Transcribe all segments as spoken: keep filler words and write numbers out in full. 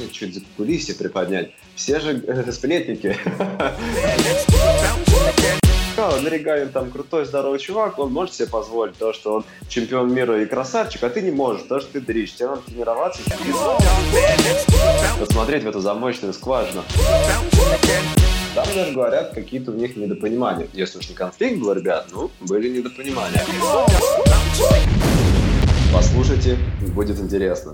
чуть за кулисье приподнять. Все же э, сплетники. Наригавин там крутой, здоровый чувак, он может себе позволить то, что он чемпион мира и красавчик, а ты не можешь, то, что ты дрищ. Тебе надо тренироваться, посмотреть в эту замочную скважину. Там даже говорят, какие-то у них недопонимания. Если уж не конфликт был, ребят, ну, были недопонимания. Послушайте, будет интересно.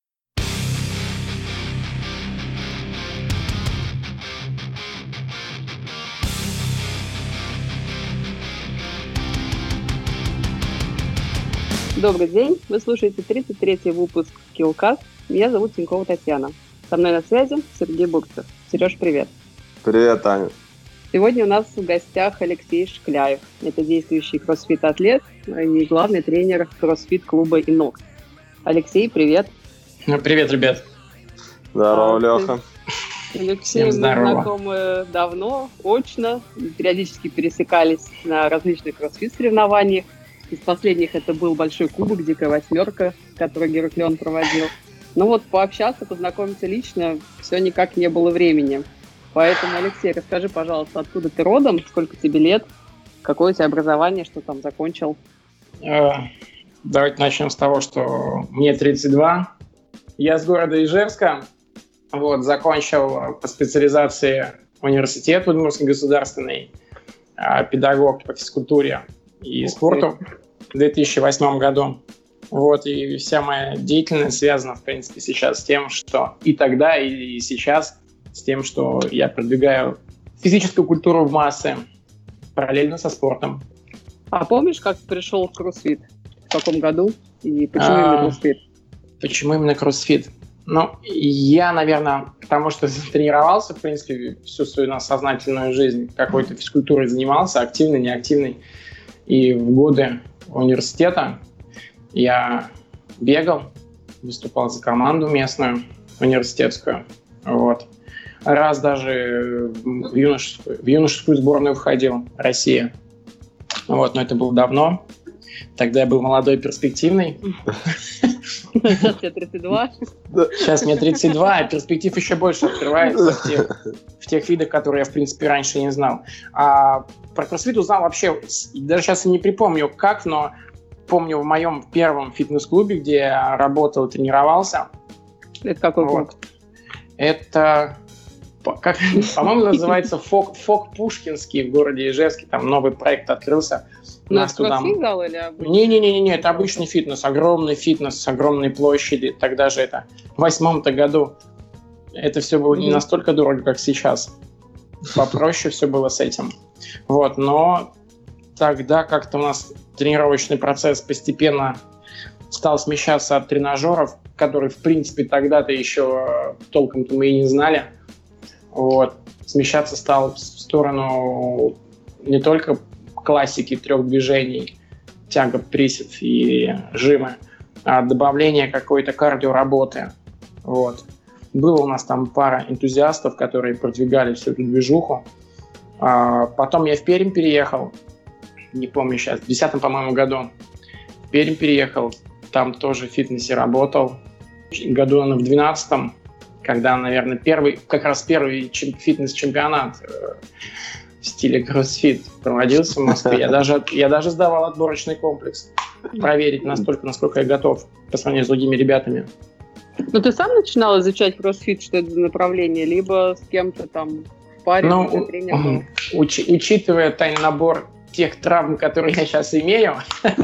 Добрый день, вы слушаете тридцать третий выпуск Skillcast. Меня зовут Тинькова Татьяна. Со мной на связи Сергей Бурцев. Сереж, привет. Привет, Таня. Сегодня у нас в гостях Алексей Шкляев. Это действующий кроссфит-атлет и главный тренер кроссфит-клуба «Инокс». Алексей, привет. Привет, ребят. Здорово, а, Леха. Алексей, мы знакомы давно, очно, периодически пересекались на различных кроссфит-соревнованиях. Из последних это был большой кубок, дикая восьмерка, который Гераклион проводил. Но вот пообщаться, познакомиться лично, все никак не было времени. Поэтому, Алексей, расскажи, пожалуйста, откуда ты родом, сколько тебе лет, какое у тебя образование, что там закончил? Давайте начнем с того, что мне тридцать два. Я с города Ижевска. Вот, закончил по специализации университет Удмуртский государственный, педагог по физкультуре и спорту в две тысячи восьмом году. Вот, и вся моя деятельность связана, в принципе, сейчас с тем, что и тогда, и сейчас, с тем, что я продвигаю физическую культуру в массы параллельно со спортом. А помнишь, как ты пришел в кроссфит? В каком году? И почему а, именно кроссфит? Почему именно кроссфит? Ну, я, наверное, потому что тренировался, в принципе, всю свою сознательную жизнь, какой-то физкультурой занимался, активной, неактивной. И в годы университета я бегал, выступал за команду местную, университетскую. Вот. Раз даже в юношескую, в юношескую сборную входил, Россия. Вот, но это было давно. Тогда я был молодой, перспективный. Сейчас мне тридцать два. Сейчас мне тридцать два, а перспектив еще больше открывается в тех, в тех видах, которые я, в принципе, раньше не знал. А про кроссфит узнал вообще, даже сейчас я не припомню как, но помню в моем первом фитнес-клубе, где я работал, тренировался. Это какой клуб? Вот. Это, как, по-моему, называется Фок, Фок Пушкинский в городе Ижевске. Там новый проект открылся. Ну, это кроссфит зал или обычный? Не-не-не, это обычный фитнес, огромный фитнес с огромной площади. Тогда же это, в восьмом-то году, это все было не настолько дорого, как сейчас. Попроще все было с этим. Вот, но тогда как-то у нас тренировочный процесс постепенно стал смещаться от тренажеров, которые, в принципе, тогда-то еще толком-то мы и не знали. Вот. Смещаться стал в сторону не только классики трех движений, тяга, присед и жимы, а добавление какой-то кардиоработы. Вот. Было у нас там пара энтузиастов, которые продвигали всю эту движуху. А потом я в Пермь переехал, не помню сейчас, в десятом, по-моему, году. В Пермь переехал, там тоже в фитнесе работал. Году, наверное, в двенадцатом, когда, наверное, первый, как раз первый чем, фитнес-чемпионат в стиле кроссфит проводился в Москве. Я даже, я даже сдавал отборочный комплекс. Проверить настолько, насколько я готов по сравнению с другими ребятами. Ну, ты сам начинал изучать кроссфит, что это за направление, либо с кем-то там в паре, ну, где тренер был? Уч, учитывая тайный набор тех травм, которые я сейчас имею,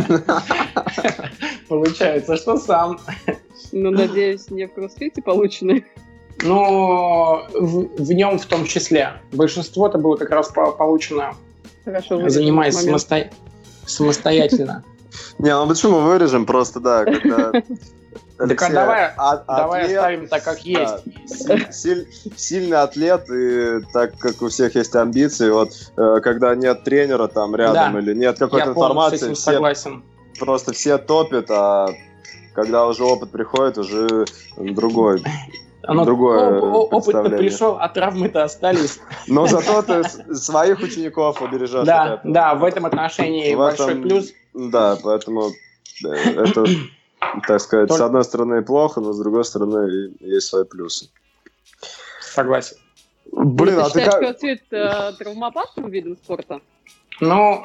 получается, что сам. Ну, надеюсь, не в кроссфите полученные. Ну, в, в нем в том числе. Большинство-то было как раз получено, Хорошо, занимаясь самосто... самостоятельно. Не, ну почему мы вырежем просто, да, когда... Так давай, давай оставим так, как есть. Сильный атлет, и так как у всех есть амбиции, вот когда нет тренера там рядом или нет какой-то информации, согласен. Просто все топят, а когда уже опыт приходит, уже другой. Оно, другое о, опыт-то пришел, а травмы-то остались. Но зато ты своих учеников убережешь. Да, да, в этом отношении большой плюс. Да, поэтому это, так сказать, с одной стороны плохо, но с другой стороны есть свои плюсы. Согласен. Блин, ты а считаешь, ты как... кроссфит э, травмоопасным видом спорта? Ну,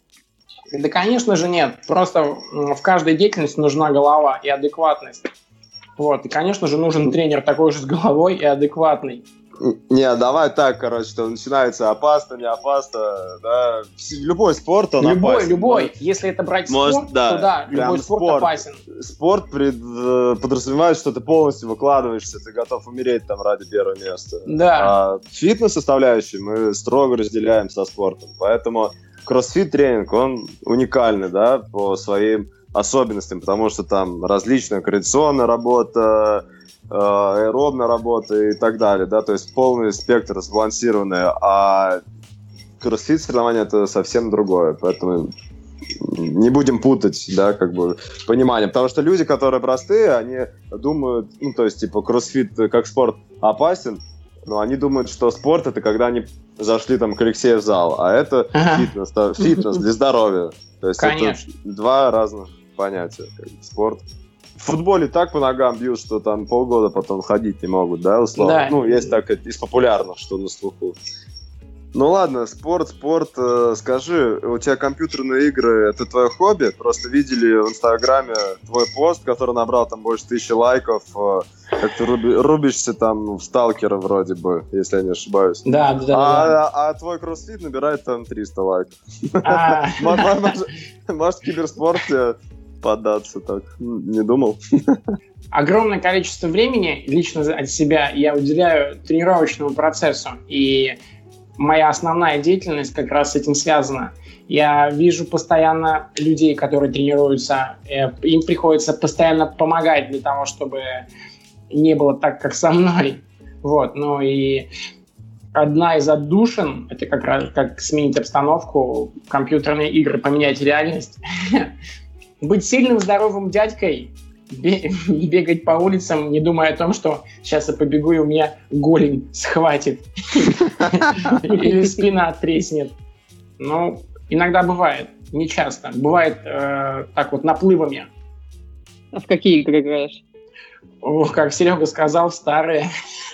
да, конечно же, нет. Просто в каждой деятельности нужна голова и адекватность. Вот. И, конечно же, нужен тренер такой же с головой и адекватный. Не, давай так, короче, что начинается опасно, не опасно, да. Любой спорт, он любой, опасен. Любой, любой. Если это брать Может, спорт, да, то да, любой спорт, спорт опасен. Спорт пред, подразумевает, что ты полностью выкладываешься, ты готов умереть там ради первого места. Да. А фитнес-составляющую мы строго разделяем со спортом, поэтому кроссфит-тренинг, он уникальный, да, по своим особенностям, потому что там различная координационная работа, аэробная работа и так далее, да, то есть полный спектр сбалансированный, а кроссфит соревнования это совсем другое, поэтому не будем путать, да, как бы понимание, потому что люди, которые простые, они думают, ну, то есть, типа, кроссфит как спорт опасен, но они думают, что спорт это когда они зашли там к Алексею в зал, а это ага. фитнес, да, фитнес для здоровья, то есть Конечно. Это два разных понятия, как бы, спорт. В футболе так по ногам бьют, что там полгода потом ходить не могут, да, условно? Да. Ну, есть так из популярных, что на слуху. Ну ладно, спорт, спорт. Э, скажи, у тебя компьютерные игры, это твое хобби? Просто видели в Инстаграме твой пост, который набрал там больше тысячи лайков, э, как ты руби, рубишься там в Сталкера вроде бы, если я не ошибаюсь. Да, да, да. А, да. а, а твой кроссфит набирает там триста лайков. А. Может, в киберспорте податься так? Не думал? Огромное количество времени лично от себя я уделяю тренировочному процессу, и моя основная деятельность как раз с этим связана. Я вижу постоянно людей, которые тренируются, им приходится постоянно помогать для того, чтобы не было так, как со мной. Вот. Ну и одна из отдушин, это как раз как сменить обстановку, компьютерные игры, поменять реальность. Быть сильным, здоровым дядькой, бегать по улицам, не думая о том, что сейчас я побегу, и у меня голень схватит. Или спина треснет. Ну, иногда бывает, не часто. Бывает э, так вот наплывами. А в какие игры играешь? Ох, как Серега сказал, старые.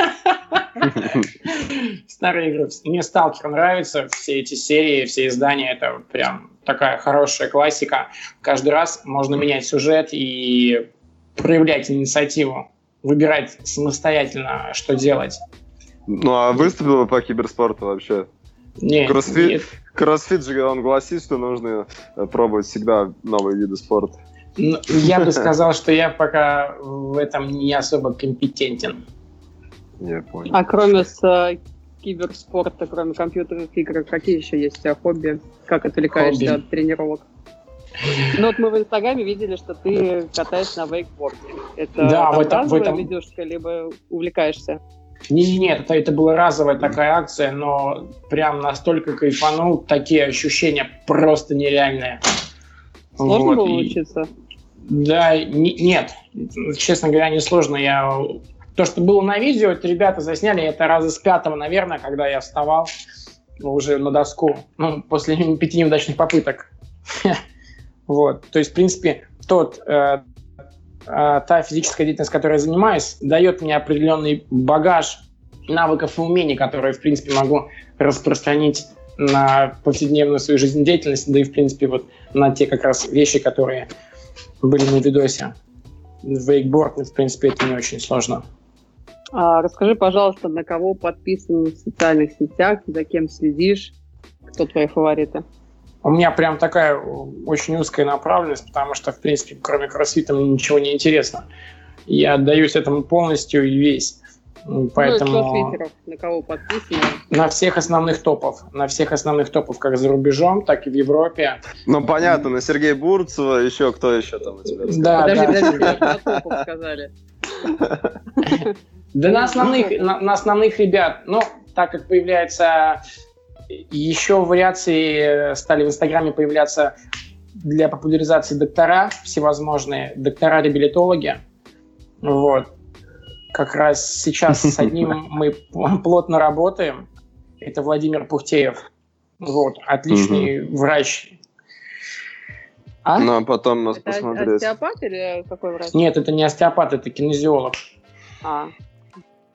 Старые игры. Мне Сталкер нравится, все эти серии, все издания, это прям такая хорошая классика. Каждый раз можно менять сюжет и проявлять инициативу, выбирать самостоятельно, что делать. Ну, а выступила по киберспорту вообще? Нет, Кроссфит, нет. Кроссфит же, он гласит, что нужно пробовать всегда новые виды спорта. Ну, я бы сказал, что я пока в этом не особо компетентен. Я понял. А кроме с киберспорта, кроме компьютерных игр, какие еще есть у тебя хобби? Как отвлекаешься хобби. от тренировок? Ну вот мы в Инстаграме видели, что ты катаешься на вейкборде. Это да, в этом, разовая в этом... видюшка, либо увлекаешься? Нет, это, это была разовая такая акция, но прям настолько кайфанул, такие ощущения просто нереальные. Сложно вот. было учиться? Да, не, нет, честно говоря, не сложно. Я... То, что было на видео, это ребята засняли, это раза с пятого, наверное, когда я вставал уже на доску, ну, после пяти неудачных попыток. Вот, то есть, в принципе, тот, э, э, та физическая деятельность, которой я занимаюсь, дает мне определенный багаж навыков и умений, которые, в принципе, могу распространить на повседневную свою жизнедеятельность, да и, в принципе, вот на те как раз вещи, которые были на видосе. Вейкборд, в принципе, это не очень сложно. А, расскажи, пожалуйста, на кого подписан в социальных сетях, за кем следишь, кто твои фавориты? У меня прям такая очень узкая направленность, потому что, в принципе, кроме кроссфита мне ничего не интересно. Я отдаюсь этому полностью и весь. Поэтому... Ну, твиттеров, на кого подписано? На всех основных топов. На всех основных топов, как за рубежом, так и в Европе. Ну, понятно, на Сергея Бурцева, еще кто еще там у тебя? Да, подожди, да. подожди, на топов сказали. Да на основных, на, на основных ребят. Ну, так как появляется... Еще вариации стали в Инстаграме появляться для популяризации доктора, всевозможные доктора-реабилитологи. Вот. Как раз сейчас с одним мы плотно работаем. Это Владимир Пухтеев. Вот. Отличный врач. А? Ну, а потом нас это посмотреть. Остеопат или какой врач? Нет, это не остеопат, это кинезиолог. А.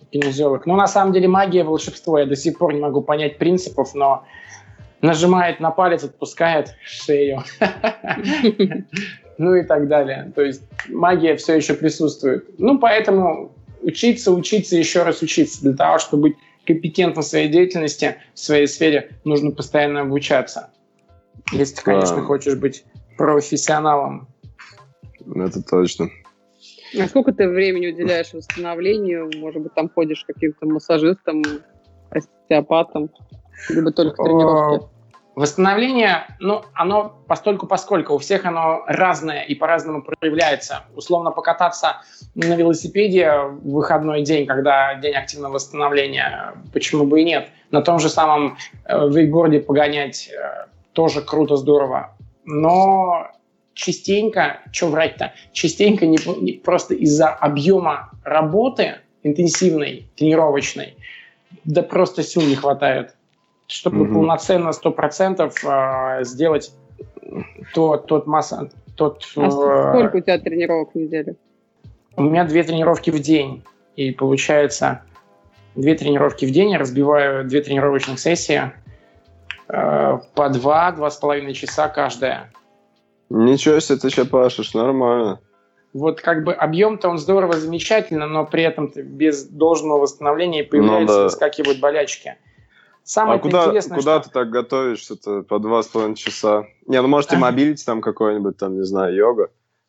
кинезиолог. Ну, на самом деле, магия, волшебство. Я до сих пор не могу понять принципов, но нажимает на палец, отпускает шею. Ну и так далее. То есть магия все еще присутствует. Ну, поэтому учиться, учиться, еще раз учиться. Для того, чтобы быть компетентным в своей деятельности, в своей сфере, нужно постоянно обучаться. Если ты, конечно, хочешь быть профессионалом. Это точно. А сколько ты времени уделяешь восстановлению? Может быть, там ходишь к каким-то массажистам, остеопатам, либо только тренировки? Восстановление, ну, оно постольку-поскольку. У всех оно разное и по-разному проявляется. Условно покататься на велосипеде в выходной день, когда день активного восстановления, почему бы и нет. На том же самом э, вейкборде погонять э, тоже круто, здорово. Но частенько, что врать-то, частенько не, не просто из-за объема работы интенсивной, тренировочной, да просто сил не хватает, чтобы mm-hmm. полноценно сто процентов э, сделать то, тот масса... Тот, а э, сколько у тебя тренировок в неделю? У меня две тренировки в день. И получается, две тренировки в день. Я разбиваю две тренировочных сессии э, по два-два с половиной часа каждая. Ничего себе, ты сейчас пашешь, нормально. Вот как бы объем-то он здорово, замечательно, но при этом без должного восстановления появляются, ну, да. выскакивают болячки. Самое а куда, интересное, куда что... ты так готовишься-то по два с половиной часа? Не, ну может и мобилити там какой-нибудь, там, не знаю, йога.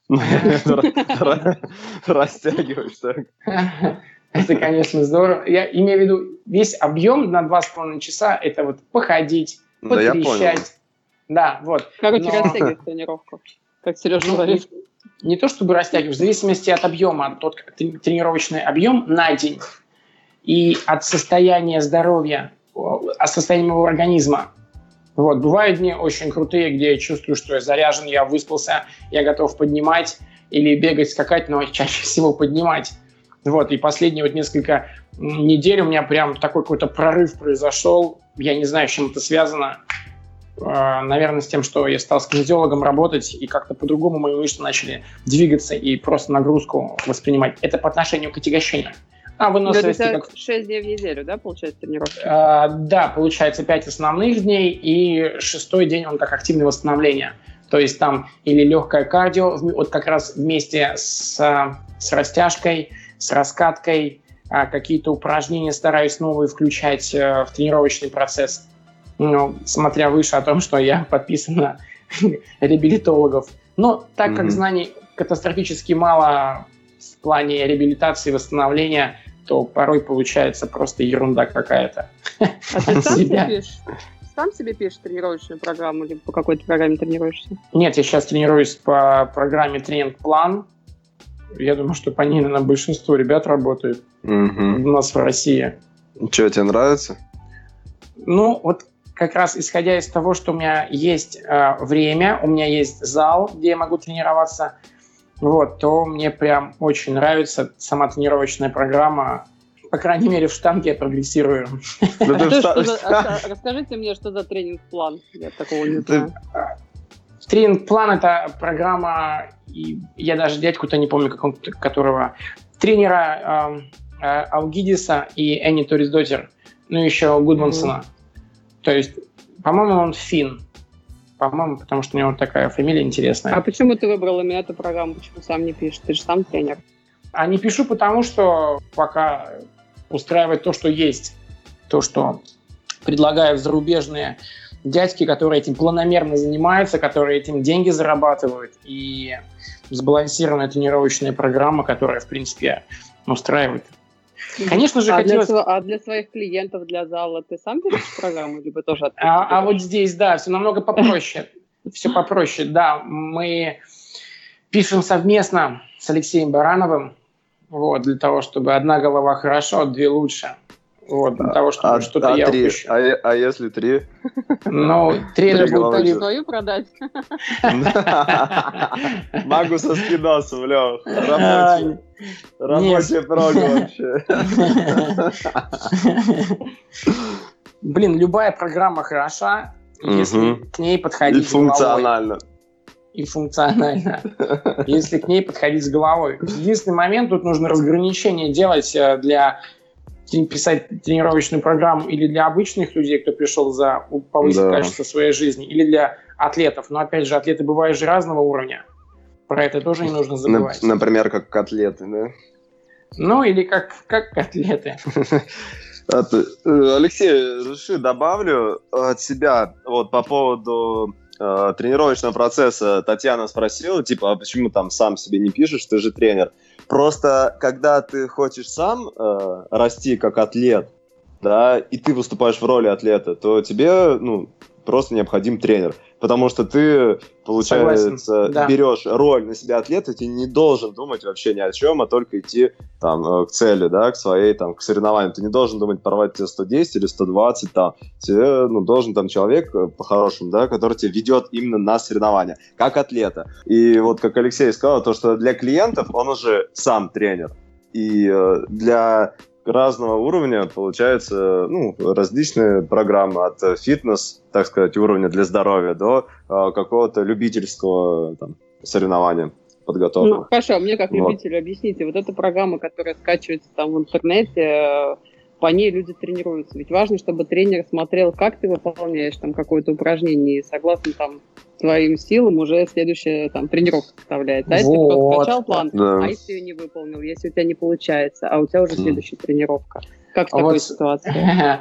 Растягиваешь так. Это, конечно, здорово. Я имею в виду, весь объем на два с половиной часа это вот походить, потрещать. Да, вот. Короче, растягивать тренировку, как Сережа говорит. Не то чтобы растягивать, в зависимости от объема, тот тренировочный объем на день и от состояния здоровья, от состояния моего организма. Вот. Бывают дни очень крутые, где я чувствую, что я заряжен, я выспался, я готов поднимать или бегать, скакать, но чаще всего поднимать. Вот. И последние вот несколько недель у меня прям такой какой-то прорыв произошел. Я не знаю, с чем это связано. Наверное, с тем, что я стал с кинезиологом работать, и как-то по-другому мои мышцы начали двигаться и просто нагрузку воспринимать. Это по отношению к отягощению. А выносливости это как... шесть дней в неделю, да, получается, тренировки? А, да, получается пять основных дней, и шестой день он как активное восстановление. То есть там или легкое кардио, вот как раз вместе с, с растяжкой, с раскаткой, какие-то упражнения стараюсь новые включать в тренировочный процесс. Ну, смотря выше о том, что я подписан на реабилитологов. Но так mm-hmm. как знаний катастрофически мало в плане реабилитации и восстановления, то порой получается просто ерунда какая-то. А ты сам себе пишешь? Сам себе пишешь тренировочную программу или по какой-то программе тренируешься? Нет, я сейчас тренируюсь по программе «Тренинг-план». Я думаю, что по ней, наверное, большинство ребят работает mm-hmm. у нас в России. Что, тебе нравится? Ну, вот как раз исходя из того, что у меня есть э, время, у меня есть зал, где я могу тренироваться, вот, то мне прям очень нравится сама тренировочная программа. По крайней мере, в штанге я прогрессирую. Расскажите мне, что за тренинг-план? Я такого не знаю. Тренинг-план – это программа, я даже дядьку-то не помню, которого, тренера Алгидиса и Энни Торисдотир, ну еще Гудмансона. То есть, по-моему, он финн. По-моему, потому что у него такая фамилия интересная. А почему ты выбрал именно эту программу? Почему сам не пишешь? Ты же сам тренер. А не пишу, потому что пока устраивает то, что есть. То, что предлагают зарубежные дядьки, которые этим планомерно занимаются, которые этим деньги зарабатывают. И сбалансированная тренировочная программа, которая, в принципе, устраивает. Конечно же, а, хотелось... для, а для своих клиентов, для зала ты сам пишешь программу, либо тоже... А, а вот здесь, да, все намного попроще. Все попроще, да. Мы пишем совместно с Алексеем Барановым, вот, для того, чтобы одна голова хорошо, а две лучше. Вот, для того, чтобы а, что-то а я три? упущу. А, а если три? Ну, три это будет три. Свою продать? Могу со скидосом, Лёх. Рабочий. Рабочая прога вообще. Блин, любая программа хороша, если к ней подходить с головой. И функционально. И функционально. Если к ней подходить с головой. Единственный момент, тут нужно разграничение делать для писать тренировочную программу или для обычных людей, кто пришел за повысить да. качество своей жизни, или для атлетов. Но, опять же, атлеты бывают же разного уровня. Про это тоже не нужно забывать. Например, как котлеты, да? Ну, или как, как котлеты. Алексей, реши, добавлю от себя вот по поводу э, тренировочного процесса. Татьяна спросила, типа, а почему там сам себе не пишешь, ты же тренер. Просто когда ты хочешь сам э, расти как атлет, да, и ты выступаешь в роли атлета, то тебе, ну, просто необходим тренер. Потому что ты, получается, да. берешь роль на себя атлета, ты не должен думать вообще ни о чем, а только идти там, к цели, да, к своей, там, к соревнованию. Ты не должен думать, порвать тебе сто десять или сто двадцать, там. Тебе, ну, должен там человек, по-хорошему, да, который тебя ведет именно на соревнования, как атлета. И вот, как Алексей сказал, то, что для клиентов он уже сам тренер. И э, для разного уровня, получается, ну, различные программы от фитнес, так сказать, уровня для здоровья до э, какого-то любительского там, соревнования, подготовки. Ну, хорошо, мне как любителю вот. Объясните, вот эта программа, которая скачивается там в интернете, по ней люди тренируются. Ведь важно, чтобы тренер смотрел, как ты выполняешь там какое-то упражнение, и согласно там твоим силам уже следующая там тренировка составляет. Да, вот. Если ты просто скачал план, да. а если ее не выполнил, если у тебя не получается, а у тебя уже следующая тренировка. Как в такой вот, ситуации?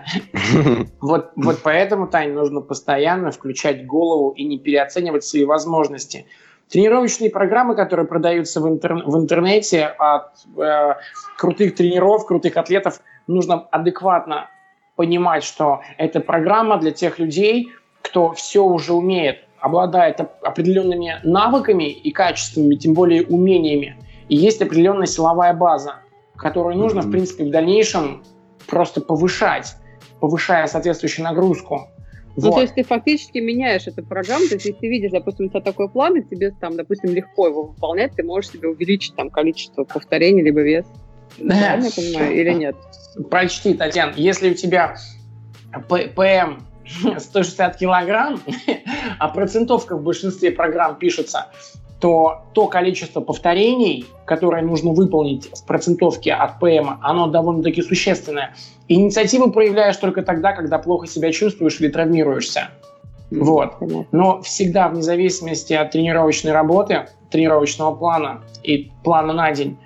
вот, вот поэтому, Тань, нужно постоянно включать голову и не переоценивать свои возможности. Тренировочные программы, которые продаются в, интер... в интернете от э, крутых тренеров, крутых атлетов, нужно адекватно понимать, что это программа для тех людей, кто все уже умеет, обладает определенными навыками и качествами, тем более умениями. И есть определенная силовая база, которую нужно, mm-hmm. в принципе, в дальнейшем просто повышать, повышая соответствующую нагрузку. Ну, вот. То есть ты фактически меняешь эту программу, то есть если ты видишь, допустим, у тебя такой план, и тебе там, допустим, легко его выполнять, ты можешь себе увеличить там количество повторений, либо вес. Да. Правильно я понимаю, или нет? Прочти, Татьяна, если у тебя ПМ сто шестьдесят килограмм, а процентовка в большинстве программ пишется, то то количество повторений, которое нужно выполнить с процентовки от ПМ, оно довольно-таки существенное. Инициативу проявляешь только тогда, когда плохо себя чувствуешь или травмируешься. Вот. Но всегда, вне зависимости от тренировочной работы, тренировочного плана и плана на день,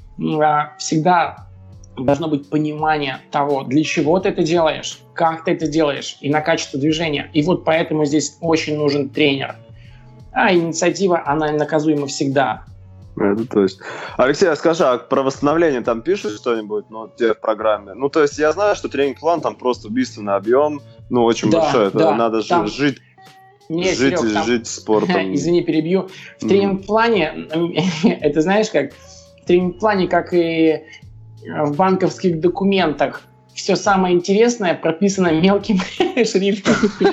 всегда должно быть понимание того, для чего ты это делаешь, как ты это делаешь и на качество движения. И вот поэтому здесь очень нужен тренер. А инициатива, она наказуема всегда. Это точно. Алексей, а скажи, а про восстановление там пишут что-нибудь, ну, тебе в программе? Ну, то есть я знаю, что тренинг-план там просто убийственный объем, ну, очень да, большой. Это да, надо там... жить, Нет, жить, Серег, там... жить спортом. Извини, перебью. В mm. тренинг-плане, это знаешь как, в тренинг-плане, как и в банковских документах, все самое интересное прописано мелким шрифтом.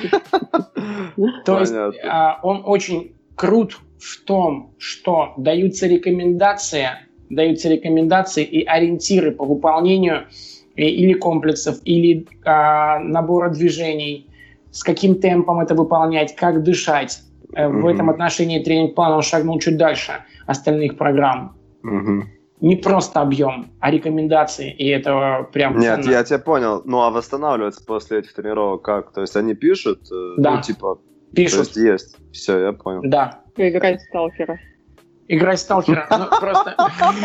То есть он очень крут в том, что даются рекомендации, даются рекомендации и ориентиры по выполнению или комплексов, или набора движений, с каким темпом это выполнять, как дышать. В этом отношении тренинг-план он шагнул чуть дальше остальных программ. Не просто объем, а рекомендации, и это прям Нет, ценно. Я тебя понял. Ну, а восстанавливаться после этих тренировок как? То есть они пишут? Да, ну, типа, пишут. То есть есть. Все, я понял. Да. Играть в сталкера. Играть в сталкера. Ну, просто...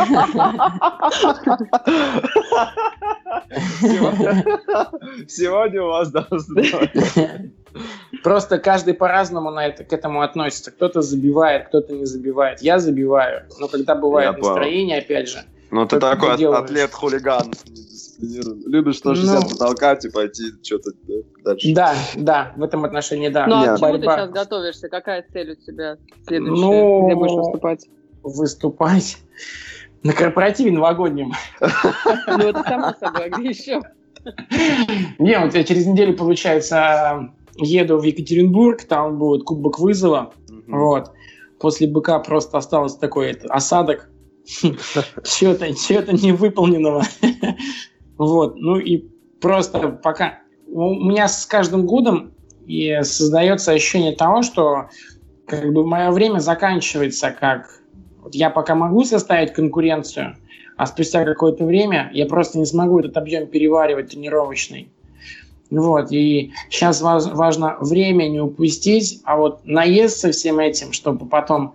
Сегодня у вас должно... Просто каждый по-разному на это, к этому относится. Кто-то забивает, кто-то не забивает. Я забиваю, но когда бывает настроение, опять же... Ну, ты такой атлет-хулиган. Любишь сто шестьдесят ну, потолкать и пойти что-то дальше. Да, да, в этом отношении, да. Ну, а к чему ты сейчас готовишься? Какая цель у тебя следующая? Ну, где будешь выступать? Выступать на корпоративе новогоднем. Ну, это само собой, а где еще? Не, вот я через неделю, получается, еду в Екатеринбург, там будет Кубок Вызова. Вот. После БК просто осталось такой осадок чего-то, чего-то невыполненного. Вот, ну и просто пока... У меня с каждым годом и создается ощущение того, что как бы мое время заканчивается как... Вот я пока могу составить конкуренцию, а спустя какое-то время я просто не смогу этот объем переваривать тренировочный. Вот, и сейчас важно время не упустить, а вот наесться всем этим, чтобы потом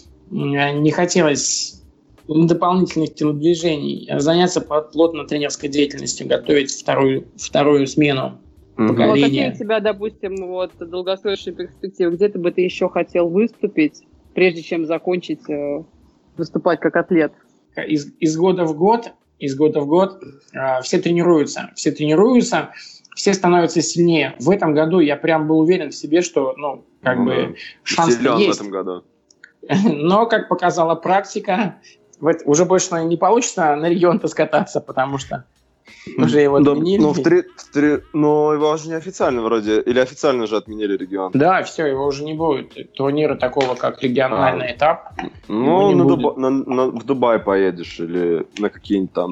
не хотелось дополнительных телодвижений, заняться плотно тренерской деятельностью, готовить вторую, вторую смену поколения. Ну, а какие у тебя, допустим, вот, долгосрочные перспективы? Где-то бы ты еще хотел выступить, прежде чем закончить э, выступать как атлет? Из, из года в год, из года в год э, все тренируются, все тренируются, все становятся сильнее. В этом году я прям был уверен в себе, что, ну, как ну, бы шанс есть. Силен в этом году. Но, как показала практика, уже больше наверное, не получится на регион-то скататься, потому что уже его да, отменили. Ну, в три, в три, но его уже не официально вроде, или официально уже отменили регион? Да, все, его уже не будет. Турнира такого, как региональный а. этап. Ну, на Дуба, на, на, в Дубай поедешь или на какие-нибудь там...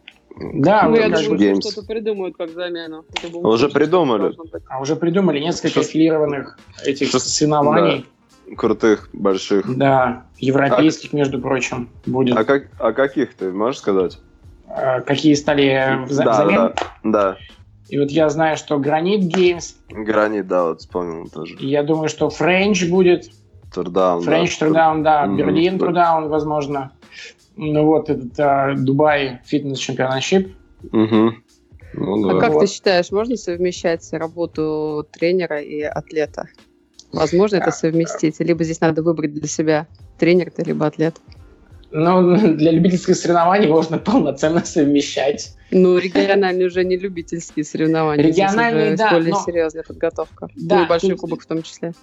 Да, ну, я думаю, что что-то придумают как замену. Уже придумали. А уже придумали несколько аффилированных этих Шест... соревнований. Да. Крутых, больших. Да, европейских, а... между прочим, будет. А, как... а каких ты можешь сказать? А, какие стали за... да, замены? Да, да. И вот я знаю, что Гранит Геймс. Гранит, да, вот вспомнил тоже. И я думаю, что Френч будет. Турдаун, Френч, да. Турдаун, да. Mm-hmm. Берлин, Турдаун, возможно. Ну вот этот а, Дубай фитнес-чемпионшип. Угу. Ну, да. А как вот. ты считаешь, можно совмещать работу тренера и атлета? Возможно это совместить? Либо здесь надо выбрать для себя тренер ты, либо атлет? Ну, для любительских соревнований можно полноценно совмещать. Ну, региональные уже не любительские соревнования. Региональные, да. Более но... серьезная подготовка. Да, ну, и большой тут... кубок в том числе.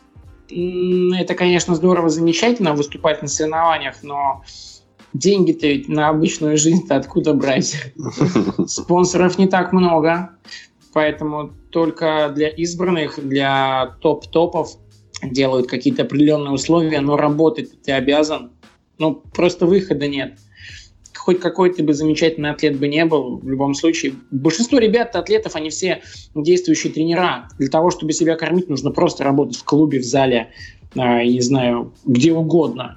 Это, конечно, здорово, замечательно выступать на соревнованиях, но деньги-то ведь на обычную жизнь-то откуда брать? Спонсоров не так много, поэтому только для избранных, для топ-топов делают какие-то определенные условия, но работать ты обязан. Ну, просто выхода нет. Хоть какой ты бы замечательный атлет бы не был, в любом случае. Большинство ребят, атлетов, они все действующие тренера. Для того, чтобы себя кормить, нужно просто работать в клубе, в зале, э, не знаю, где угодно.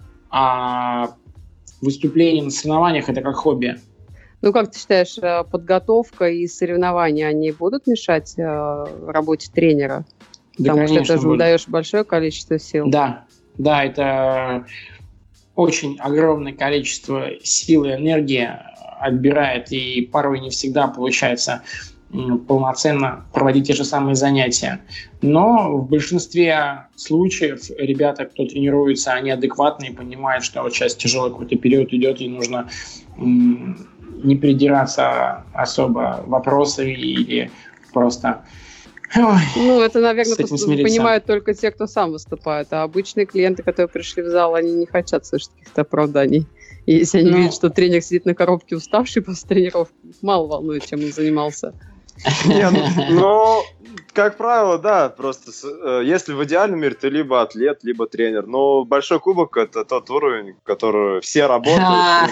А выступление на соревнованиях – это как хобби. Ну, как ты считаешь, подготовка и соревнования, они будут мешать э, работе тренера? Да, потому что ты же будет. даешь большое количество сил. Да, да, это очень огромное количество сил и энергии отбирает, и порой не всегда получается полноценно проводить те же самые занятия. Но в большинстве случаев ребята, кто тренируется, они адекватные, понимают, что вот сейчас тяжелый какой-то период идет, и нужно м- не придираться особо вопросы или просто... Ой, ну, это, наверное, понимают только те, кто сам выступает. А обычные клиенты, которые пришли в зал, они не хотят слышать каких-то оправданий. И если они ну, видят, что тренер сидит на коробке уставший после тренировки, мало волнует, чем он занимался. Не, ну, ну, как правило, да, просто э, если в идеальном мире ты либо атлет, либо тренер. Но большой кубок — это тот уровень, который все работают.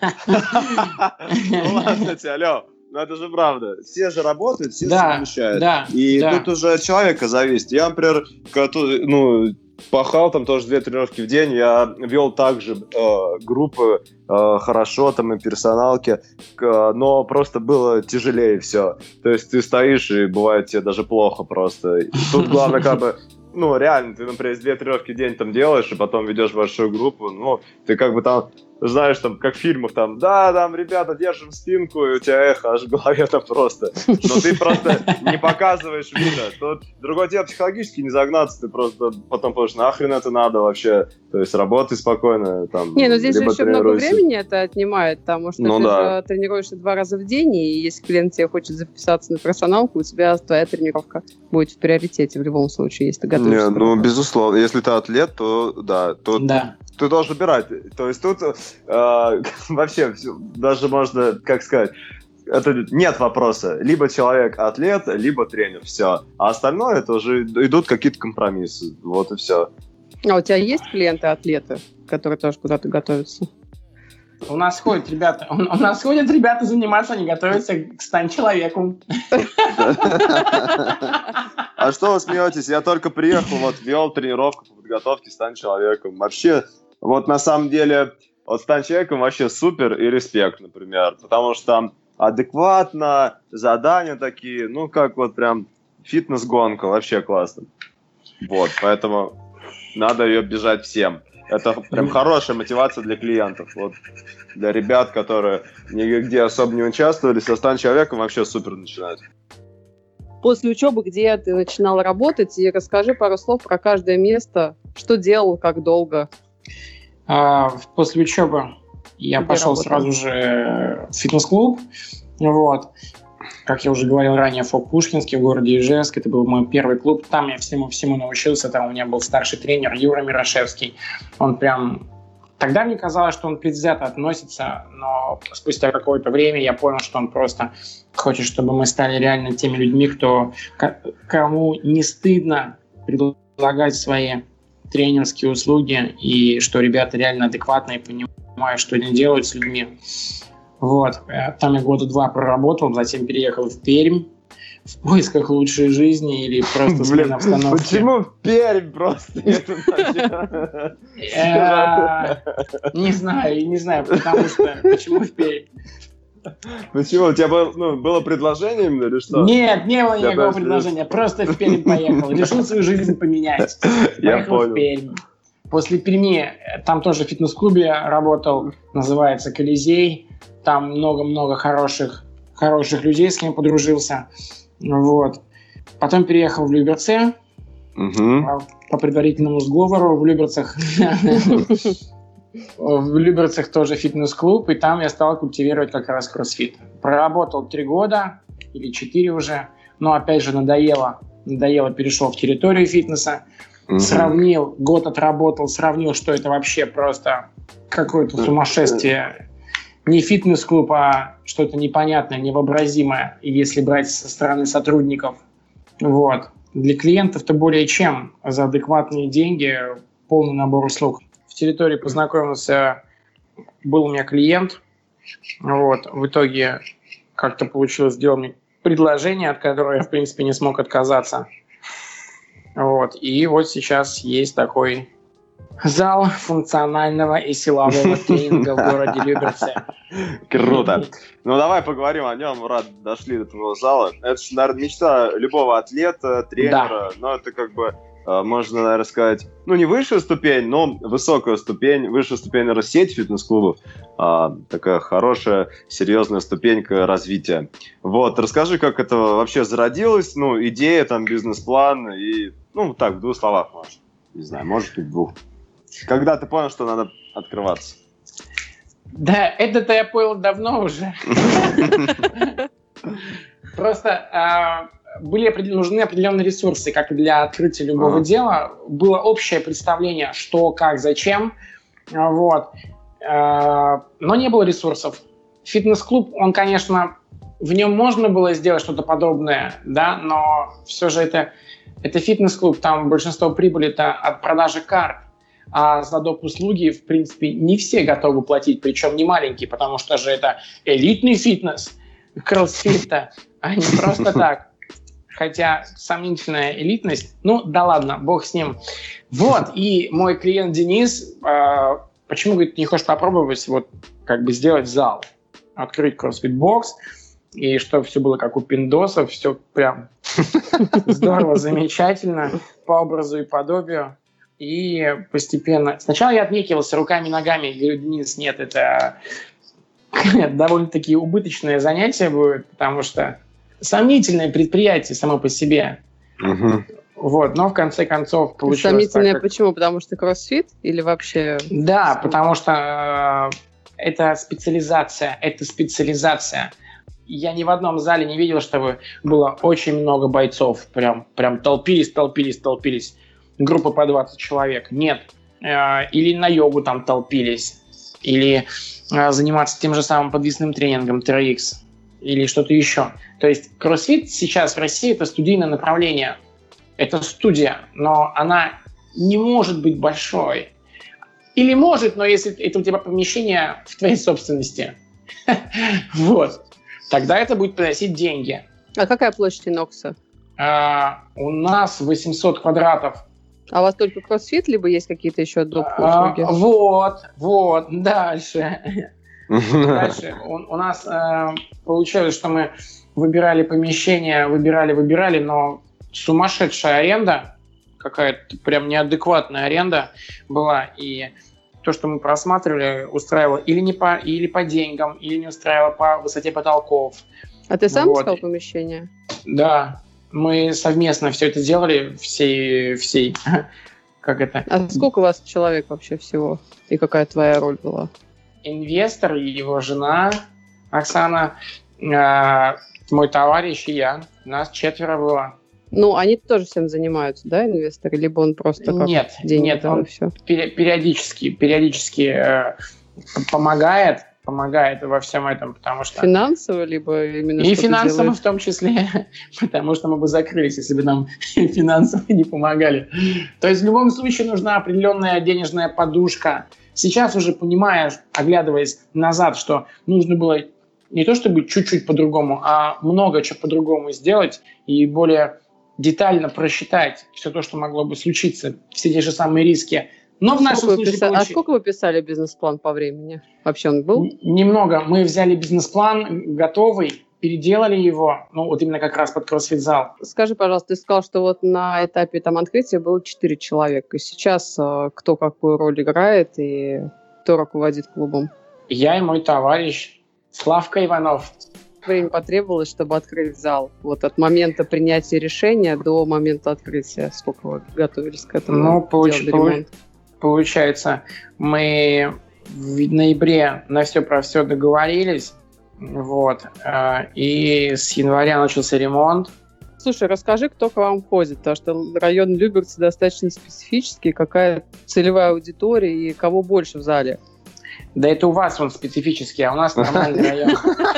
Ну ладно тебе, алло. Ну, это же правда. Все же работают, все да, совмещают. Да, и да. тут уже от человека зависит. Я, например, ну, пахал там тоже две тренировки в день. Я вел также э, группы э, хорошо, там и персоналки, э, но просто было тяжелее все. То есть ты стоишь, и бывает тебе даже плохо просто. И тут главное как бы... Ну, реально, ты, например, две тренировки в день там делаешь, и потом ведешь большую группу, ну, ты как бы там, знаешь, там, как в фильмах, там, да, там, ребята, держим спинку, и у тебя эхо аж в голове там просто. Но ты просто не показываешь вида. Тут другое дело, психологически не загнаться, ты просто потом понимаешь, нахрен это надо вообще. То есть работай спокойно, там, не, ну здесь же еще много времени это отнимает, потому что ну, ты да. же тренируешься два раза в день, и если клиент тебе хочет записаться на персоналку, у тебя твоя тренировка будет в приоритете в любом случае, если ты готовишься. Не, ну, безусловно. Если ты атлет, то да, то да. ты должен выбирать. То есть тут э, вообще даже можно, как сказать, это нет вопроса. Либо человек атлет, либо тренер. Все. А остальное это уже идут какие-то компромиссы. Вот и все. А у тебя есть клиенты-атлеты, которые тоже куда-то готовятся? У нас ходят ребята, у, у нас ходят ребята заниматься, они готовятся к «Стань человеком». А что вы смеетесь? Я только приехал, вот вел тренировку по подготовке «Стань человеком». Вообще, вот на самом деле, Вот Стан Человеком вообще супер и респект, например, потому что там адекватно, задания такие, ну, как вот прям фитнес-гонка, вообще классно. Вот, поэтому надо ее бежать всем. Это прям хорошая мотивация для клиентов. Вот для ребят, которые нигде особо не участвовали, со Стан Человеком вообще супер начинать. После учебы, где ты начинал работать, и расскажи пару слов про каждое место, что делал, как долго. А, после учебы я Где пошел работал? сразу же в фитнес-клуб. Вот. Как я уже говорил ранее, ФОК Пушкинский в городе Ижевск. Это был мой первый клуб. Там я всему-всему научился. Там у меня был старший тренер Юра Мирошевский. Он прям... Тогда мне казалось, что он предвзято относится, но спустя какое-то время я понял, что он просто хочет, чтобы мы стали реально теми людьми, кто, кому не стыдно предлагать свои тренерские услуги, и что ребята реально адекватные, понимают, что они делают с людьми. Вот. Там я года два проработал, затем переехал в Пермь в поисках лучшей жизни или просто смены обстановки. Почему в Пермь просто? Не знаю, не знаю, потому что почему в Пермь. Почему? У тебя было предложение именно или что? Нет, не было никакого предложения, просто в Пермь поехал. Решил свою жизнь поменять. Поехал в Пермь. После Перми там тоже в фитнес-клубе работал, называется «Колизей». Там много-много хороших, хороших людей, с кем подружился. Вот. Потом переехал в Люберцы. Угу. По предварительному сговору в Люберцах. В Люберцах тоже фитнес-клуб, и там я стал культивировать как раз кроссфит. Проработал три года, или четыре уже, но опять же надоело. Надоело, перешел в территорию фитнеса. Угу. Сравнил, год отработал, сравнил, что это вообще просто какое-то сумасшествие. Не фитнес-клуб, а что-то непонятное, невообразимое, если брать со стороны сотрудников. Вот. Для клиентов-то более чем. За адекватные деньги полный набор услуг. В территории познакомился, был у меня клиент. Вот. В итоге как-то получилось сделать мне предложение, от которого я, в принципе, не смог отказаться. Вот. И вот сейчас есть такой зал функционального и силового тренинга в городе Люберцы. Круто. Ну, давай поговорим о нем. Рад, дошли до твоего зала. Это же, наверное, мечта любого атлета, тренера. Да. Но это как бы, можно, наверное, сказать, ну, не высшая ступень, но высокая ступень. Высшая ступень, наверное, сеть фитнес-клубов. А, такая хорошая, серьезная ступенька развития. Вот, расскажи, как это вообще зародилось. Ну, идея, там, бизнес-план и, ну, так, в двух словах, может. Не знаю, может, и в двух. Когда ты понял, что надо открываться? Да, это-то я понял давно уже. Просто были нужны определенные ресурсы, как и для открытия любого дела. Было общее представление, что, как, зачем. Вот. Но не было ресурсов. Фитнес-клуб, он, конечно, в нем можно было сделать что-то подобное, да, но все же это, это фитнес-клуб, там большинство прибыли-то от продажи карт. А за доп. Услуги, в принципе, не все готовы платить, причем не маленькие, потому что же это элитный фитнес, кроссфит-то, а не просто так. Хотя сомнительная элитность, ну да ладно, бог с ним. Вот, и мой клиент Денис, э, почему, говорит, не хочешь попробовать вот как бы сделать зал, открыть кроссфит-бокс, и чтобы все было как у пиндосов, все прям здорово, замечательно, по образу и подобию. И постепенно... Сначала я отнекивался руками и ногами. Говорю, Денис, нет, это довольно-таки убыточное занятие будет, потому что сомнительное предприятие само по себе. Угу. Вот, но в конце концов получилось... Сомнительное так, как... почему? Потому что кроссфит или вообще... Да, потому что э, это специализация, это специализация. Я ни в одном зале не видел, чтобы было очень много бойцов. Прям, прям толпились, толпились, толпились. Группа по двадцать человек. Нет. Или на йогу там толпились. Или заниматься тем же самым подвесным тренингом три икс. Или что-то еще. То есть кроссфит сейчас в России это студийное направление. Это студия, но она не может быть большой. Или может, но если это у тебя помещение в твоей собственности. Вот. Тогда это будет приносить деньги. А какая площадь Инокса? У нас восемьсот квадратов А у вас только кроссфит, либо есть какие-то еще доп. услуги? А, вот, вот, дальше. Дальше у, у нас э, получилось, что мы выбирали помещение, выбирали, выбирали, но сумасшедшая аренда, какая-то прям неадекватная аренда была, и то, что мы просматривали, устраивало или не по, или по деньгам, или не устраивало по высоте потолков. А ты сам вот. искал помещение? Да, мы совместно все это делали, всей, всей, как это? А сколько у вас человек вообще всего? И какая твоя роль была? Инвестор, его жена Оксана, э, мой товарищ и я. Нас четверо было. Ну, они тоже всем занимаются, да, инвесторы? Либо он просто как нет, деньги нет, дал, он и все? периодически, периодически э, помогает, помогает во всем этом, потому что... Финансово, либо именно и финансово делает? В том числе, потому что мы бы закрылись, если бы нам финансово не помогали. То есть в любом случае нужна определенная денежная подушка. Сейчас уже понимаешь, оглядываясь назад, что нужно было не то чтобы чуть-чуть по-другому, а много чего по-другому сделать и более детально просчитать все то, что могло бы случиться, все те же самые риски. Но в нашем случае... Писали, получ... А сколько вы писали бизнес-план по времени? Вообще он был? Немного. Мы взяли бизнес-план готовый, переделали его, ну вот именно как раз под кроссфит-зал. Скажи, пожалуйста, ты сказал, что вот на этапе там открытия было четыре человека. И сейчас э, кто какую роль играет и кто руководит клубом? Я и мой товарищ Славка Иванов. Время потребовалось, чтобы открыть зал? Вот от момента принятия решения до момента открытия. Сколько вы готовились к этому? Ну, получ... Получ... получается, мы в ноябре на все про все договорились. Вот. И с января начался ремонт. Слушай, расскажи, кто к вам ходит, потому что район Люберцы достаточно специфический, какая целевая аудитория и кого больше в зале? Да это у вас он специфический, а у нас нормальный район.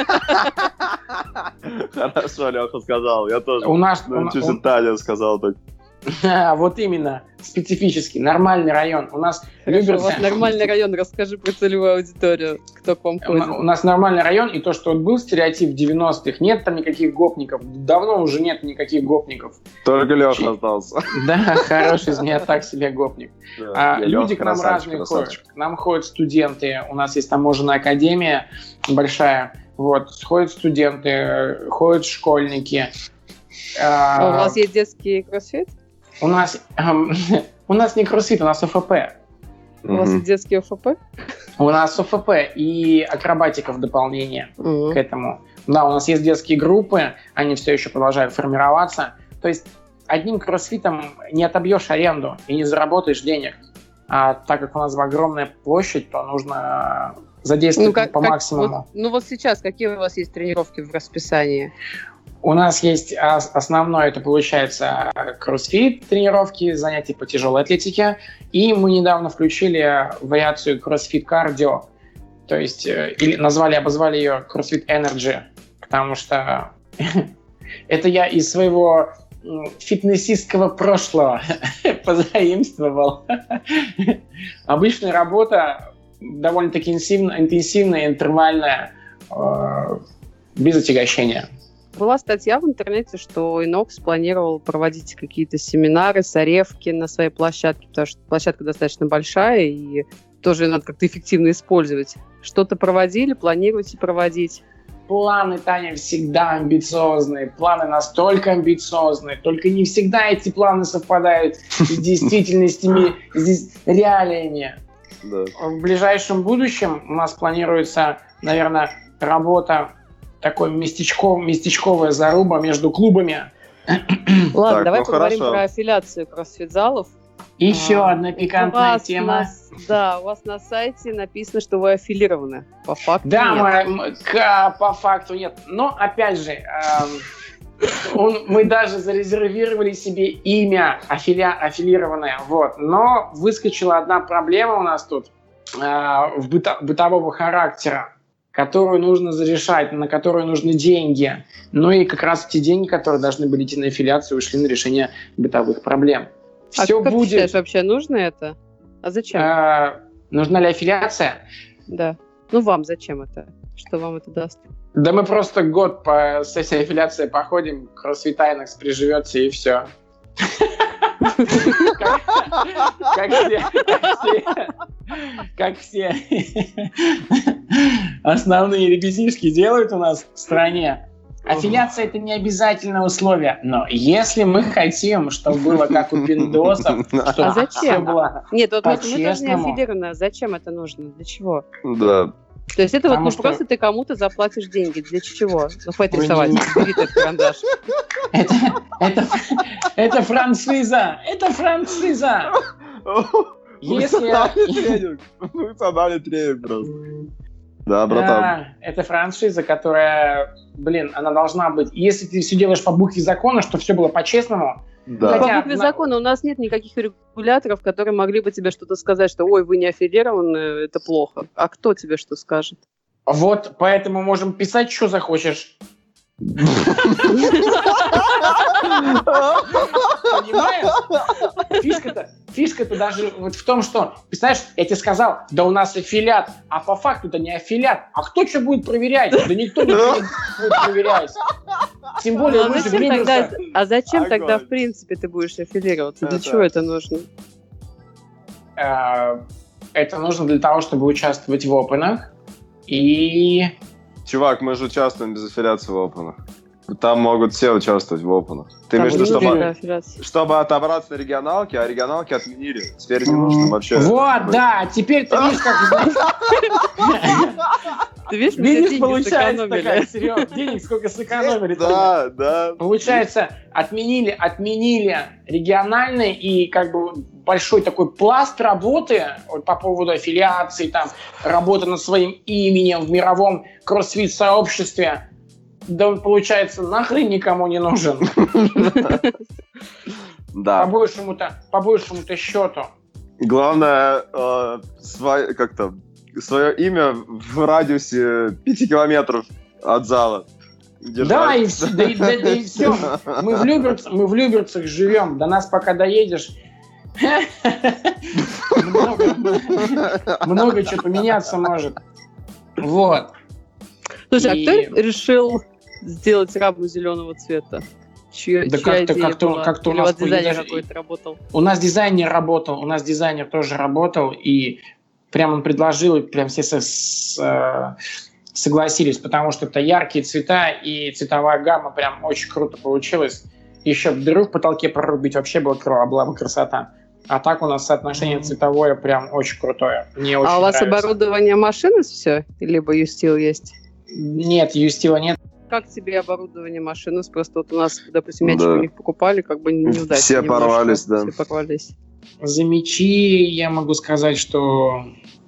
Хорошо, Леха сказал. Я тоже у нас, чуть Италию сказал. Вот именно, специфический, нормальный район. У нас Хорошо, у вас нормальный район, расскажи про целевую аудиторию, кто к вам ходит. У нас нормальный район, и то, что вот был стереотип в девяностых, нет там никаких гопников, давно уже нет никаких гопников. Только Леха остался. Да, хороший из меня так себе гопник. А люди к нам разные ходят. К нам ходят студенты, у нас есть таможенная академия большая, вот, ходят студенты, ходят школьники. А у вас есть детский кроссфит? У нас, эм, у нас не кроссфит, у нас ОФП. У mm-hmm. вас есть детский ОФП? У нас ОФП и акробатика в дополнение mm-hmm. к этому. Да, у нас есть детские группы, они все еще продолжают формироваться. То есть одним кроссфитом не отобьешь аренду и не заработаешь денег. А так как у нас огромная площадь, то нужно задействовать ну, как, по как, максимуму. Вот, ну вот сейчас какие у вас есть тренировки в расписании? У нас есть основное, это получается кроссфит, тренировки, занятия по тяжелой атлетике. И мы недавно включили вариацию кроссфит-кардио. То есть или назвали, обозвали ее CrossFit Energy, потому что это я из своего фитнесистского прошлого позаимствовал. Обычная работа довольно-таки интенсивная, интервальная, без отягощения. Была статья в интернете, что Инокс планировал проводить какие-то семинары, соревки на своей площадке, потому что площадка достаточно большая, и тоже надо как-то эффективно использовать. Что-то проводили, планируете проводить? Планы, Таня, всегда амбициозные. Планы настолько амбициозные, только не всегда эти планы совпадают с действительностями, с реалиями. Да. В ближайшем будущем у нас планируется, наверное, работа такой местечков, местечковая заруба между клубами. Ладно, так, давай ну поговорим хорошо. Про аффилиацию кроссфит-залов. Еще а, одна пикантная тема. На, да, у вас на сайте написано, что вы аффилированы. По факту да, нет. Мы, к, по факту нет. Но, опять же, э, он, мы даже зарезервировали себе имя аффили, аффилированное. Вот. Но выскочила одна проблема у нас тут э, в быто, бытового характера, которую нужно зарешать, на которую нужны деньги. Ну и как раз те деньги, которые должны были идти на аффилиацию, ушли на решение бытовых проблем. Все а как будет... ты считаешь, вообще нужно это? А зачем? А, нужна ли аффилиация? Да. Ну вам зачем это? Что вам это даст? Да мы просто год по с этой аффилиацией походим, CrossFit Inex приживется и все. Как все, как все основные ребятишки делают у нас в стране. Аффилиация — это не обязательное условие, но если мы хотим, чтобы было как у пиндосов, чтобы а зачем? все было Нет, вот мы тоже не по-честному. аффилированы. Зачем это нужно? Для чего? Да. То есть это вот Потому ну, что- просто ты кому-то заплатишь деньги. Для чего? Ну, хватит Ой, рисовать. не- Бери этот карандаш. Это, это, это франшиза! Это франшиза! Если я- Функциональный тренинг. Функциональный тренинг просто. Да, братан. Да, это франшиза, которая, блин, она должна быть. Если ты все делаешь по букве закона, чтобы все было по-честному, Да. По Хотя- букве на- закона у нас нет никаких регуляторов, которые могли бы тебе что-то сказать, что ой, вы не аффилированы, это плохо. А кто тебе что скажет? вот поэтому можем писать, что захочешь. Понимаешь? Фишка-то, фишка-то даже вот в том, что, представляешь, я тебе сказал, да у нас аффилиат, а по факту-то не аффилиат. А кто что будет проверять? Да никто ничего не будет проверять. Тем более, а мы же зачем, время тогда, а зачем Огонь. тогда, в принципе, ты будешь аффилироваться? Для Это- чего это нужно? э, это нужно для того, чтобы участвовать в опенах. И Чувак, мы же участвуем без аффилиации в опенах. Там могут все участвовать в опенах. Ты Там имеешь в виду, не нужна чтобы, аффилиация. чтобы отобраться на регионалке, а регионалки отменили. Теперь не нужно вообще. вот, да, теперь ты видишь, как Ты видишь, мы все видишь, деньги получается такая, сэкономили. Серег, денег сколько сэкономили. Да, да. Получается, отменили, отменили региональные и как бы большой такой пласт работы вот, по поводу аффилиации, там, работы над своим именем в мировом кроссфит-сообществе. Да он, получается, нахрен никому не нужен. По Да. большему-то, по большему-то счету. Главное, э, сво- как-то свое имя в радиусе пяти километров от зала держать. Да, и, вс- да, и- да- да и все. Мы в, Люберц- мы в Люберцах живем. До нас пока доедешь. Много, много чего поменяться может. Вот. Слушай, И- а кто решил сделать раму зеленого цвета? Чья, Да чья как-то- идея как-то- была? как-то у Или нас у вас дизайнер даже- какой-то работал? У нас дизайнер работал, у нас дизайнер тоже работал, и прям он предложил, и прям все со- с- э, согласились, потому что это яркие цвета, и цветовая гамма прям очень круто получилась. Еще дыру в потолке прорубить вообще было, кро- была бы красота. А так у нас соотношение цветовое прям очень крутое. Мне очень А у вас нравится. оборудование машины все? Либо юстил есть? Нет, юстила нет. Как тебе оборудование машины? Просто вот у нас, допустим, мячик Да. у них покупали, как бы неудачно. Все немножко. порвались, да. Все порвались. За мячи я могу сказать, что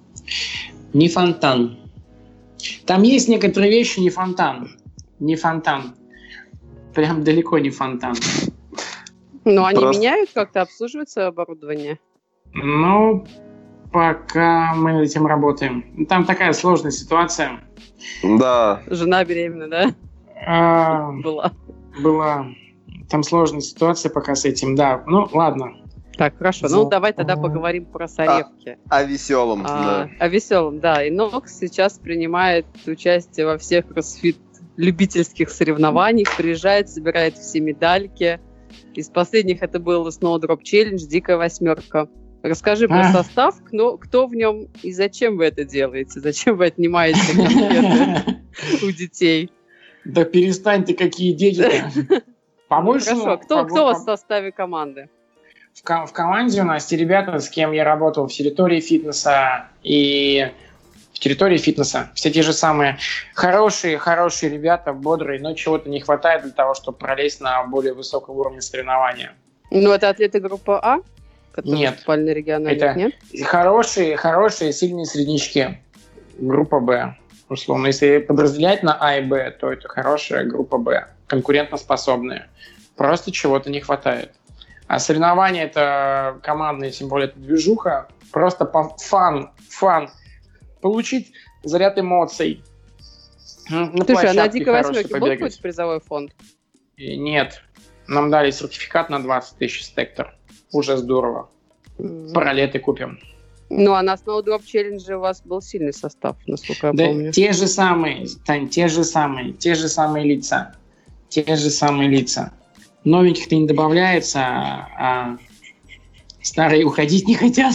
не фонтан. Там есть некоторые вещи не фонтан. Не фонтан. Прям далеко не фонтан. Ну, они Просто- меняют как-то, обслуживается оборудование? Ну, пока мы над этим работаем. Там такая сложная ситуация. Да. Жена беременна, да? А, Была. была там сложная ситуация пока с этим, да. Ну, ладно. Так, хорошо. За- Ну, давай тогда поговорим про Соревки. О веселом, А, да. О веселом, да. И Нокс сейчас принимает участие во всех кроссфит любительских соревнованиях, приезжает, собирает все медальки. Из последних это был Snowdrop Challenge, Дикая восьмерка. Расскажи про А. состав, кто, кто в нем и зачем вы это делаете? Зачем вы отнимаете конфеты у детей? Да перестань ты, какие дети-то. Побольше. Хорошо, кто, кто у вас в составе команды? В, ко- в команде у нас те ребята, с кем я работал в территории фитнеса и в территории фитнеса. Все те же самые хорошие, хорошие ребята, бодрые, но чего-то не хватает для того, чтобы пролезть на более высокий уровень соревнования. Ну, это атлеты группы А, которые Нет. выступали на региональных, Это- нет? Хорошие, хорошие, сильные среднячки. Группа Б. Условно, если подразделять на А и Б, то это хорошая группа Б. Конкурентоспособная. Просто чего-то не хватает. А соревнования — это командные, тем более это движуха. Просто по фан, фан. Получить заряд эмоций. На Слушай, а на площадке Дикой хорошей восьмерке был побегать. какой-то призовой фонд? И нет. Нам дали сертификат на двадцать тысяч стектор. Уже здорово. М. Паралеты купим. Ну, а на Snowdrop Challenge у вас был сильный состав, насколько я Да, помню. те же самые, Тань, те же самые, те же самые лица. Те же самые лица. Новеньких-то не добавляется, а Старые уходить не хотят.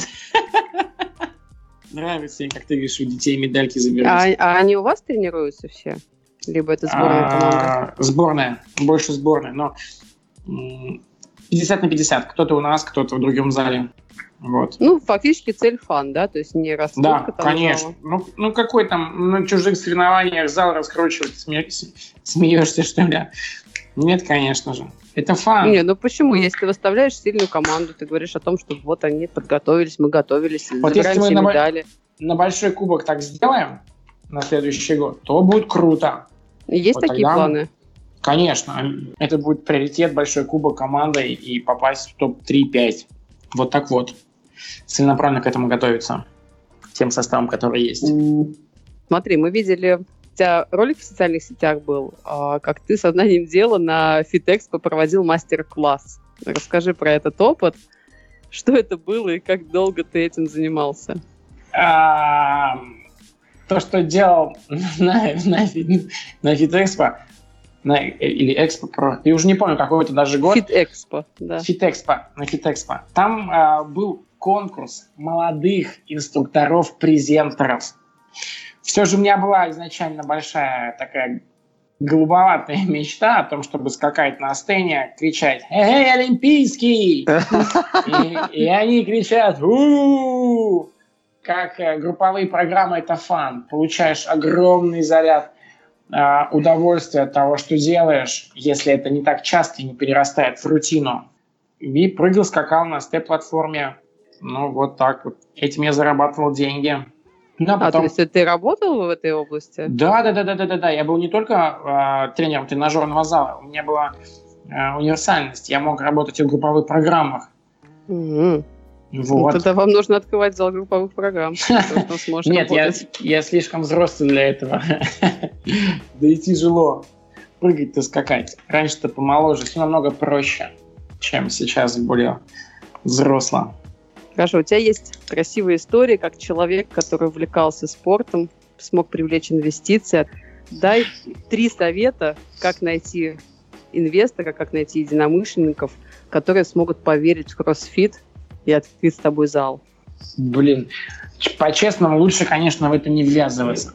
Нравится, как ты говоришь, у детей медальки забирать. А, а они у вас тренируются все? Либо это сборная команда? Сборная, больше сборная, но пятьдесят на пятьдесят. Кто-то у нас, кто-то в другом зале. Вот. Ну, фактически цель фан, да? То есть не раскрутка. Да, конечно. Ну, ну, какой там на чужих соревнованиях зал раскручивать? Сме... Смеешься, что ли? Нет, конечно же. Это фан. Не, ну почему? Если ты выставляешь сильную команду, ты говоришь о том, что вот они подготовились, мы готовились, вот если мы на, медали. на большой кубок так сделаем на следующий год, то будет круто. Есть вот такие планы? Мы... Конечно. Это будет приоритет, большой кубок командой и попасть в топ три-пять. Вот так вот. Целенаправленно к этому готовиться. Тем составом, который есть. Смотри, мы видели... У тебя ролик в социальных сетях был, как ты сознанием дела на Фитэкспо проводил мастер-класс. Расскажи про этот опыт. Что это было и как долго ты этим занимался? А, то, что делал на, на, на Фитэкспо, на, или Экспо Про, я уже не помню, какой это даже год. Фитэкспо, да. Фитэкспо, на Фитэкспо. Там а, был конкурс молодых инструкторов-презентеров. Все же у меня была изначально большая такая голубоватая мечта о том, чтобы скакать на сцене, кричать «Эй, Олимпийский!» И они кричат «У-у-у!» Как групповые программы — это фан. Получаешь огромный заряд удовольствия от того, что делаешь, если это не так часто и не перерастает в рутину. И прыгал, скакал на степ-платформе. Ну, вот так вот. Этим я зарабатывал деньги. Ну, а, потом... а то есть ты работал в этой области? Да, да, да, да, да, да, да. Я был не только э, тренером тренажерного зала, у меня была э, универсальность. Я мог работать и в групповых программах. Угу. Вот. Ну, тогда вам нужно открывать зал групповых программ. Нет, я слишком взрослый для этого. Да и тяжело прыгать-то, скакать. Раньше-то помоложе, все намного проще, чем сейчас более взросло. Хорошо, у тебя есть красивая история, как человек, который увлекался спортом, смог привлечь инвестиции. Дай три совета, как найти инвестора, как найти единомышленников, которые смогут поверить в кроссфит и открыть с тобой зал. Блин, по-честному, лучше, конечно, в это не ввязываться.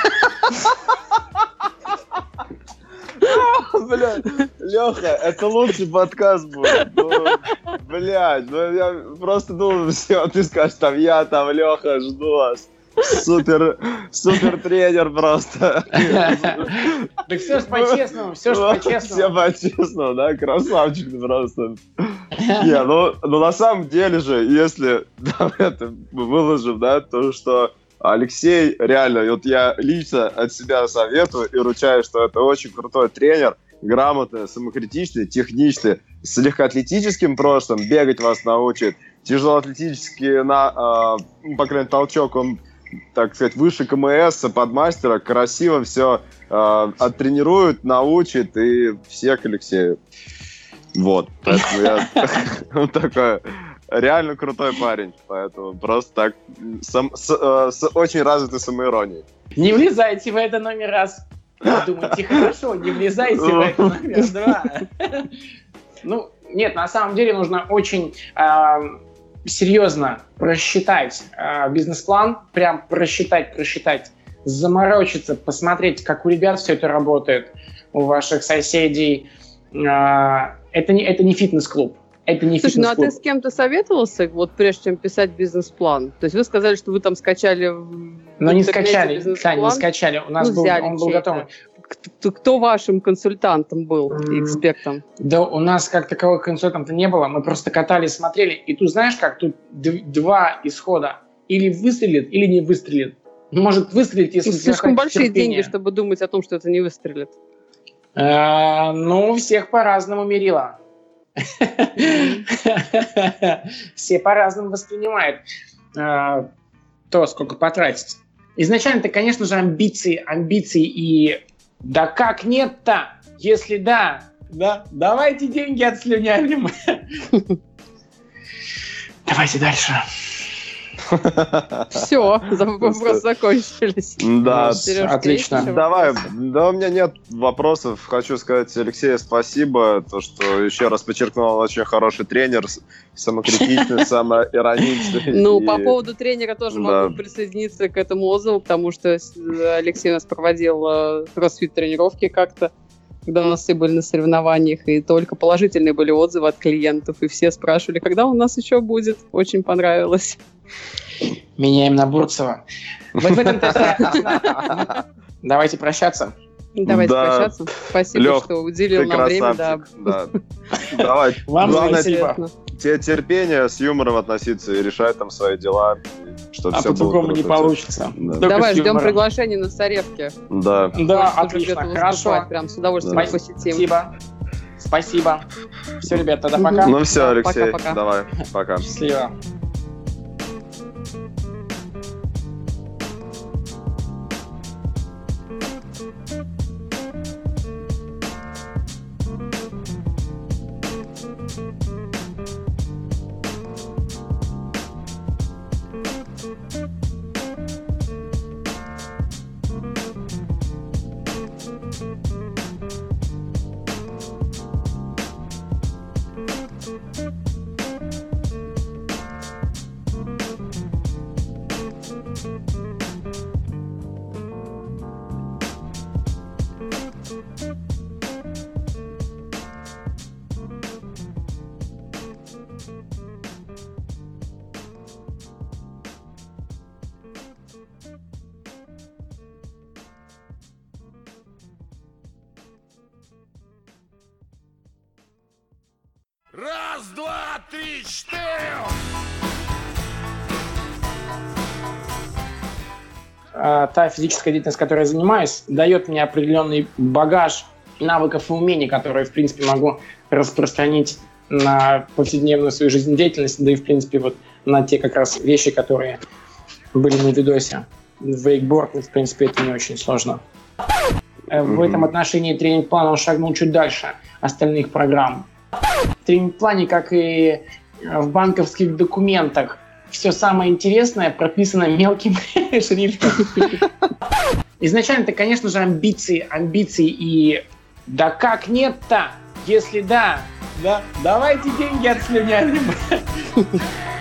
Блядь, Леха, это лучший подкаст будет. Ну, блядь, ну я просто думал, все, ты скажешь, там я, там Леха, жду вас. Супер, супер тренер просто. Так все ж по-честному, все ж по-честному. Все по-честному, да, красавчик ты просто. Не, ну, ну на самом деле же, если да, это мы выложим, да, то, что Алексей, реально, вот я лично от себя советую и ручаюсь, что это очень крутой тренер, грамотный, самокритичный, техничный, с легкоатлетическим прошлым, бегать вас научит, тяжелоатлетический, на, э, по крайней мере, толчок, он, так сказать, выше КМС, подмастера, красиво все э, оттренирует, научит, и всех к Алексею. Вот, поэтому я он такой... Реально крутой парень, поэтому просто так сам, с, э, с очень развитой самоиронией. Не влезайте в это номер раз. Думайте, хорошо, не влезайте в это номер два. Ну, нет, на самом деле нужно очень э, серьезно просчитать э, бизнес-план, прям просчитать, просчитать, заморочиться, посмотреть, как у ребят все это работает, у ваших соседей. Э, это не, это не фитнес-клуб. Это не Слушай, ну а ты с кем-то советовался, вот прежде чем писать бизнес-план? То есть вы сказали, что вы там скачали... Ну не скачали, да, не скачали. У нас ну, был, он был готов. Кто, кто вашим консультантом был, mm. экспертом? Да у нас как такового консультанта не было. Мы просто катали, смотрели. И тут знаешь как? Тут д- два исхода. Или выстрелит, или не выстрелит. Может выстрелить, если... Слишком большие терпение. Деньги, чтобы думать о том, что это не выстрелит. А, ну, у всех по-разному мерило. Все по-разному воспринимают э, то, сколько потратить. Изначально-то, конечно же, амбиции, амбиции и да как нет-то, если да, да, давайте деньги отслюнявим. Давайте дальше. Все, вопросы закончились. Да, Сереж, отлично. Давай, да, у меня нет вопросов. Хочу сказать Алексею спасибо, то, что еще раз подчеркнул, он очень хороший тренер, самокритичный, самоироничный. Ну, по поводу тренера тоже могу присоединиться к этому отзыву, потому что Алексей у нас проводил кроссфит-тренировки как-то, когда у нас все были на соревнованиях, и только положительные были отзывы от клиентов, и все спрашивали, когда у нас еще будет. Очень понравилось. Меняем на Бурцева. Вот в этом давайте прощаться. Давайте прощаться. Спасибо, что уделил нам время. Давай. Вам спасибо. Тебе терпение, с юмором относиться и решать там свои дела. А по-другому не получится. Давай, ждем приглашения на Царевке. Да. Да, отлично, хорошо. Прям с удовольствием посетим. Спасибо. Спасибо. Все, ребят, тогда пока. Ну все, Алексей, давай, пока. Счастливо. Раз, два, три, четыре! Та физическая деятельность, которой я занимаюсь, дает мне определенный багаж навыков и умений, которые, в принципе, могу распространить на повседневную свою жизнедеятельность, да и, в принципе, вот на те как раз вещи, которые были на видосе. Вейкборд, в принципе, это не очень сложно. Mm-hmm. В этом отношении тренинг-план он шагнул чуть дальше остальных программ. В тренинг-плане, как и в банковских документах, все самое интересное прописано мелким шрифтом. Изначально это, конечно же, амбиции, амбиции и да как нет-то, если да, да, давайте деньги отслюнявим.